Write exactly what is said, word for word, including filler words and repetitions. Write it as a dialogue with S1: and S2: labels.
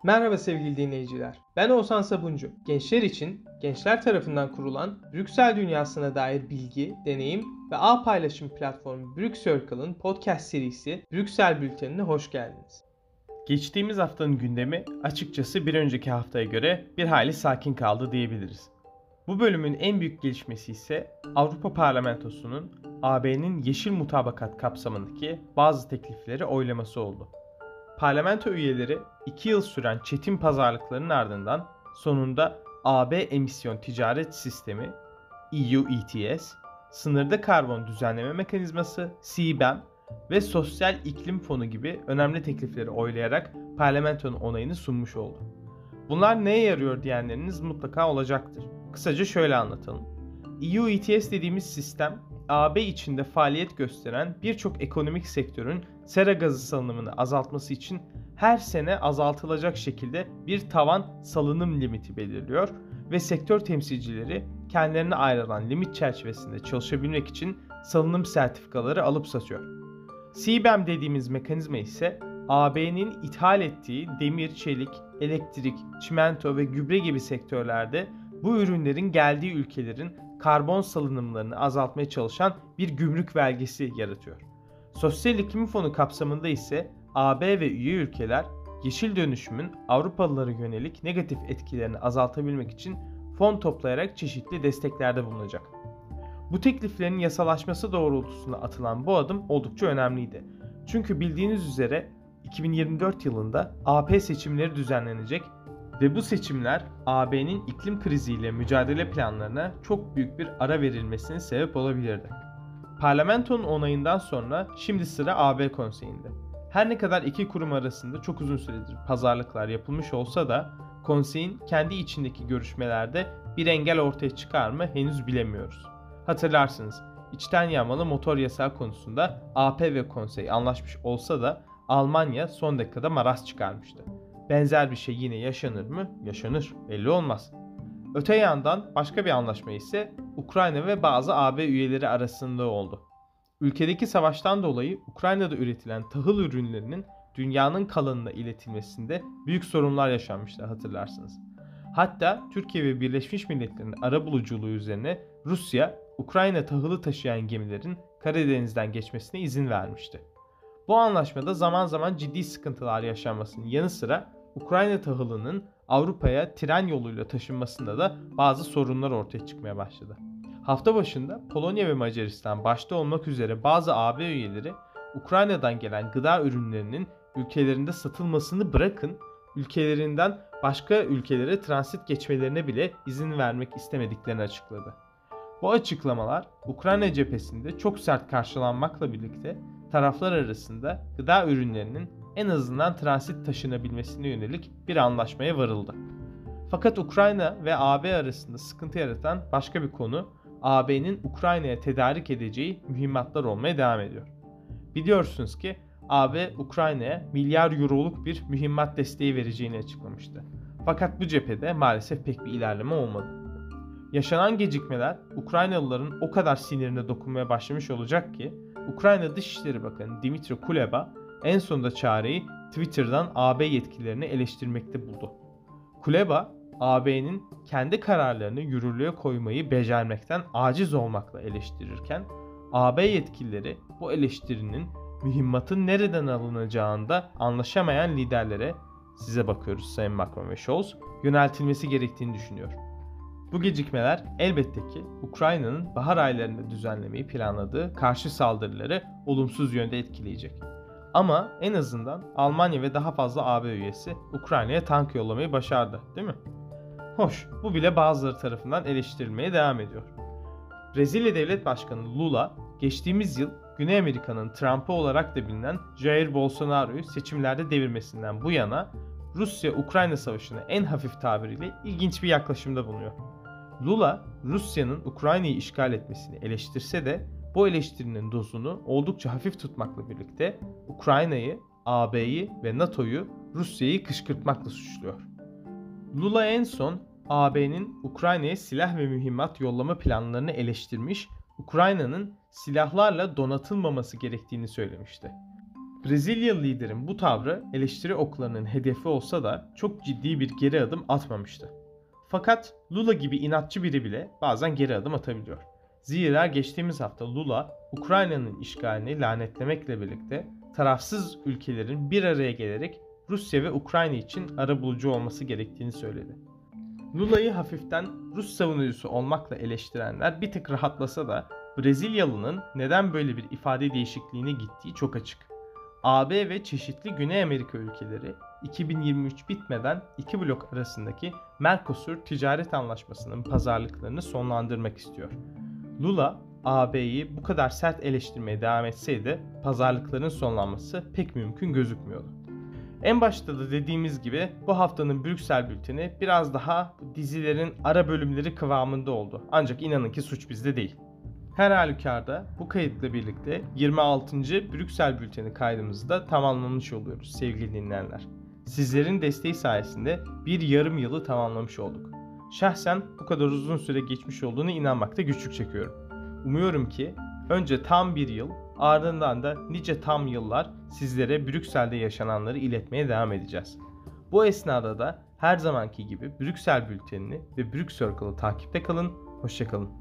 S1: Merhaba sevgili dinleyiciler. Ben Oğuzhan Sabuncu. Gençler için gençler tarafından kurulan Brüksel dünyasına dair bilgi, deneyim ve ağ paylaşım platformu Brüksircle'ın podcast serisi Brüksel Bülteni'ne hoş geldiniz.
S2: Geçtiğimiz haftanın gündemi açıkçası bir önceki haftaya göre bir hayli sakin kaldı diyebiliriz. Bu bölümün en büyük gelişmesi ise Avrupa Parlamentosu'nun A B'nin Yeşil Mutabakat kapsamındaki bazı teklifleri oylaması oldu. Parlamento üyeleri iki yıl süren çetin pazarlıkların ardından sonunda A B Emisyon Ticaret Sistemi E U E T S, Sınırda Karbon Düzenleme Mekanizması C B A M ve Sosyal İklim Fonu gibi önemli teklifleri oylayarak parlamentonun onayını sunmuş oldu. Bunlar neye yarıyor diyenleriniz mutlaka olacaktır. Kısaca şöyle anlatalım. E U E T S dediğimiz sistem, A B içinde faaliyet gösteren birçok ekonomik sektörün sera gazı salınımını azaltması için her sene azaltılacak şekilde bir tavan salınım limiti belirliyor ve sektör temsilcileri kendilerine ayrılan limit çerçevesinde çalışabilmek için salınım sertifikaları alıp satıyor. C B A M dediğimiz mekanizma ise A B'nin ithal ettiği demir, çelik, elektrik, çimento ve gübre gibi sektörlerde bu ürünlerin geldiği ülkelerin karbon salınımlarını azaltmaya çalışan bir gümrük vergisi yaratıyor. Sosyal İklim Fonu kapsamında ise A B ve üye ülkeler yeşil dönüşümün Avrupalılara yönelik negatif etkilerini azaltabilmek için fon toplayarak çeşitli desteklerde bulunacak. Bu tekliflerin yasalaşması doğrultusunda atılan bu adım oldukça önemliydi. Çünkü bildiğiniz üzere iki bin yirmi dört yılında A P seçimleri düzenlenecek ve bu seçimler A B'nin iklim kriziyle mücadele planlarına çok büyük bir ara verilmesine sebep olabilirdi. Parlamentonun onayından sonra şimdi sıra A B Konseyi'nde. Her ne kadar iki kurum arasında çok uzun süredir pazarlıklar yapılmış olsa da konseyin kendi içindeki görüşmelerde bir engel ortaya çıkar mı henüz bilemiyoruz. Hatırlarsınız, içten yanmalı motor yasağı konusunda A P ve konsey anlaşmış olsa da Almanya son dakikada maraz çıkarmıştı. Benzer bir şey yine yaşanır mı? Yaşanır. Belli olmaz. Öte yandan başka bir anlaşma ise Ukrayna ve bazı A B üyeleri arasında oldu. Ülkedeki savaştan dolayı Ukrayna'da üretilen tahıl ürünlerinin dünyanın kalanına iletilmesinde büyük sorunlar yaşanmıştı, hatırlarsınız. Hatta Türkiye ve Birleşmiş Milletler'in arabuluculuğu üzerine Rusya, Ukrayna tahılı taşıyan gemilerin Karadeniz'den geçmesine izin vermişti. Bu anlaşmada zaman zaman ciddi sıkıntılar yaşanmasının yanı sıra Ukrayna tahılının Avrupa'ya tren yoluyla taşınmasında da bazı sorunlar ortaya çıkmaya başladı. Hafta başında Polonya ve Macaristan başta olmak üzere bazı A B üyeleri Ukrayna'dan gelen gıda ürünlerinin ülkelerinde satılmasını bırakın, ülkelerinden başka ülkelere transit geçmelerine bile izin vermek istemediklerini açıkladı. Bu açıklamalar Ukrayna cephesinde çok sert karşılanmakla birlikte taraflar arasında gıda ürünlerinin en azından transit taşınabilmesine yönelik bir anlaşmaya varıldı. Fakat Ukrayna ve A B arasında sıkıntı yaratan başka bir konu A B'nin Ukrayna'ya tedarik edeceği mühimmatlar olmaya devam ediyor. Biliyorsunuz ki A B Ukrayna'ya milyar euroluk bir mühimmat desteği vereceğini açıklamıştı. Fakat bu cephede maalesef pek bir ilerleme olmadı. Yaşanan gecikmeler Ukraynalıların o kadar sinirine dokunmaya başlamış olacak ki Ukrayna Dışişleri Bakanı Dmytro Kuleba en sonunda çareyi Twitter'dan A B yetkililerini eleştirmekte buldu. Kuleba, A B'nin kendi kararlarını yürürlüğe koymayı becermekten aciz olmakla eleştirirken, A B yetkilileri bu eleştirinin mühimmatın nereden alınacağında anlaşamayan liderlere, size bakıyoruz Sayın Macron ve Scholz, yöneltilmesi gerektiğini düşünüyor. Bu gecikmeler elbette ki Ukrayna'nın bahar aylarında düzenlemeyi planladığı karşı saldırıları olumsuz yönde etkileyecek. Ama en azından Almanya ve daha fazla A B üyesi Ukrayna'ya tank yollamayı başardı, değil mi? Hoş, bu bile bazıları tarafından eleştirilmeye devam ediyor. Brezilya Devlet Başkanı Lula, geçtiğimiz yıl Güney Amerika'nın Trump'ı olarak da bilinen Jair Bolsonaro'yu seçimlerde devirmesinden bu yana Rusya-Ukrayna savaşına en hafif tabiriyle ilginç bir yaklaşımda bulunuyor. Lula, Rusya'nın Ukrayna'yı işgal etmesini eleştirse de bu eleştirinin dozunu oldukça hafif tutmakla birlikte Ukrayna'yı, A B'yi ve NATO'yu Rusya'yı kışkırtmakla suçluyor. Lula en son A B'nin Ukrayna'ya silah ve mühimmat yollama planlarını eleştirmiş, Ukrayna'nın silahlarla donatılmaması gerektiğini söylemişti. Brezilyalı liderin bu tavrı eleştiri oklarının hedefi olsa da çok ciddi bir geri adım atmamıştı. Fakat Lula gibi inatçı biri bile bazen geri adım atabiliyor. Zira geçtiğimiz hafta Lula, Ukrayna'nın işgalini lanetlemekle birlikte tarafsız ülkelerin bir araya gelerek Rusya ve Ukrayna için arabulucu olması gerektiğini söyledi. Lula'yı hafiften Rus savunucusu olmakla eleştirenler bir tık rahatlasa da Brezilyalı'nın neden böyle bir ifade değişikliğine gittiği çok açık. A B ve çeşitli Güney Amerika ülkeleri iki bin yirmi üç bitmeden iki blok arasındaki Mercosur ticaret anlaşmasının pazarlıklarını sonlandırmak istiyor. Lula, A B'yi bu kadar sert eleştirmeye devam etseydi pazarlıkların sonlanması pek mümkün gözükmüyordu. En başta da dediğimiz gibi bu haftanın Brüksel bülteni biraz daha dizilerin ara bölümleri kıvamında oldu. Ancak inanın ki suç bizde değil. Her halükarda bu kayıtla birlikte yirmi altıncı Brüksel bülteni kaydımızı da tamamlamış oluyoruz sevgili dinleyenler. Sizlerin desteği sayesinde bir yarım yılı tamamlamış olduk. Şahsen bu kadar uzun süre geçmiş olduğunu inanmakta güçlük çekiyorum. Umuyorum ki önce tam bir yıl, ardından da nice tam yıllar sizlere Brüksel'de yaşananları iletmeye devam edeceğiz. Bu esnada da her zamanki gibi Brüksel bültenini ve Brüksel Circle'ı takipte kalın, hoşça kalın.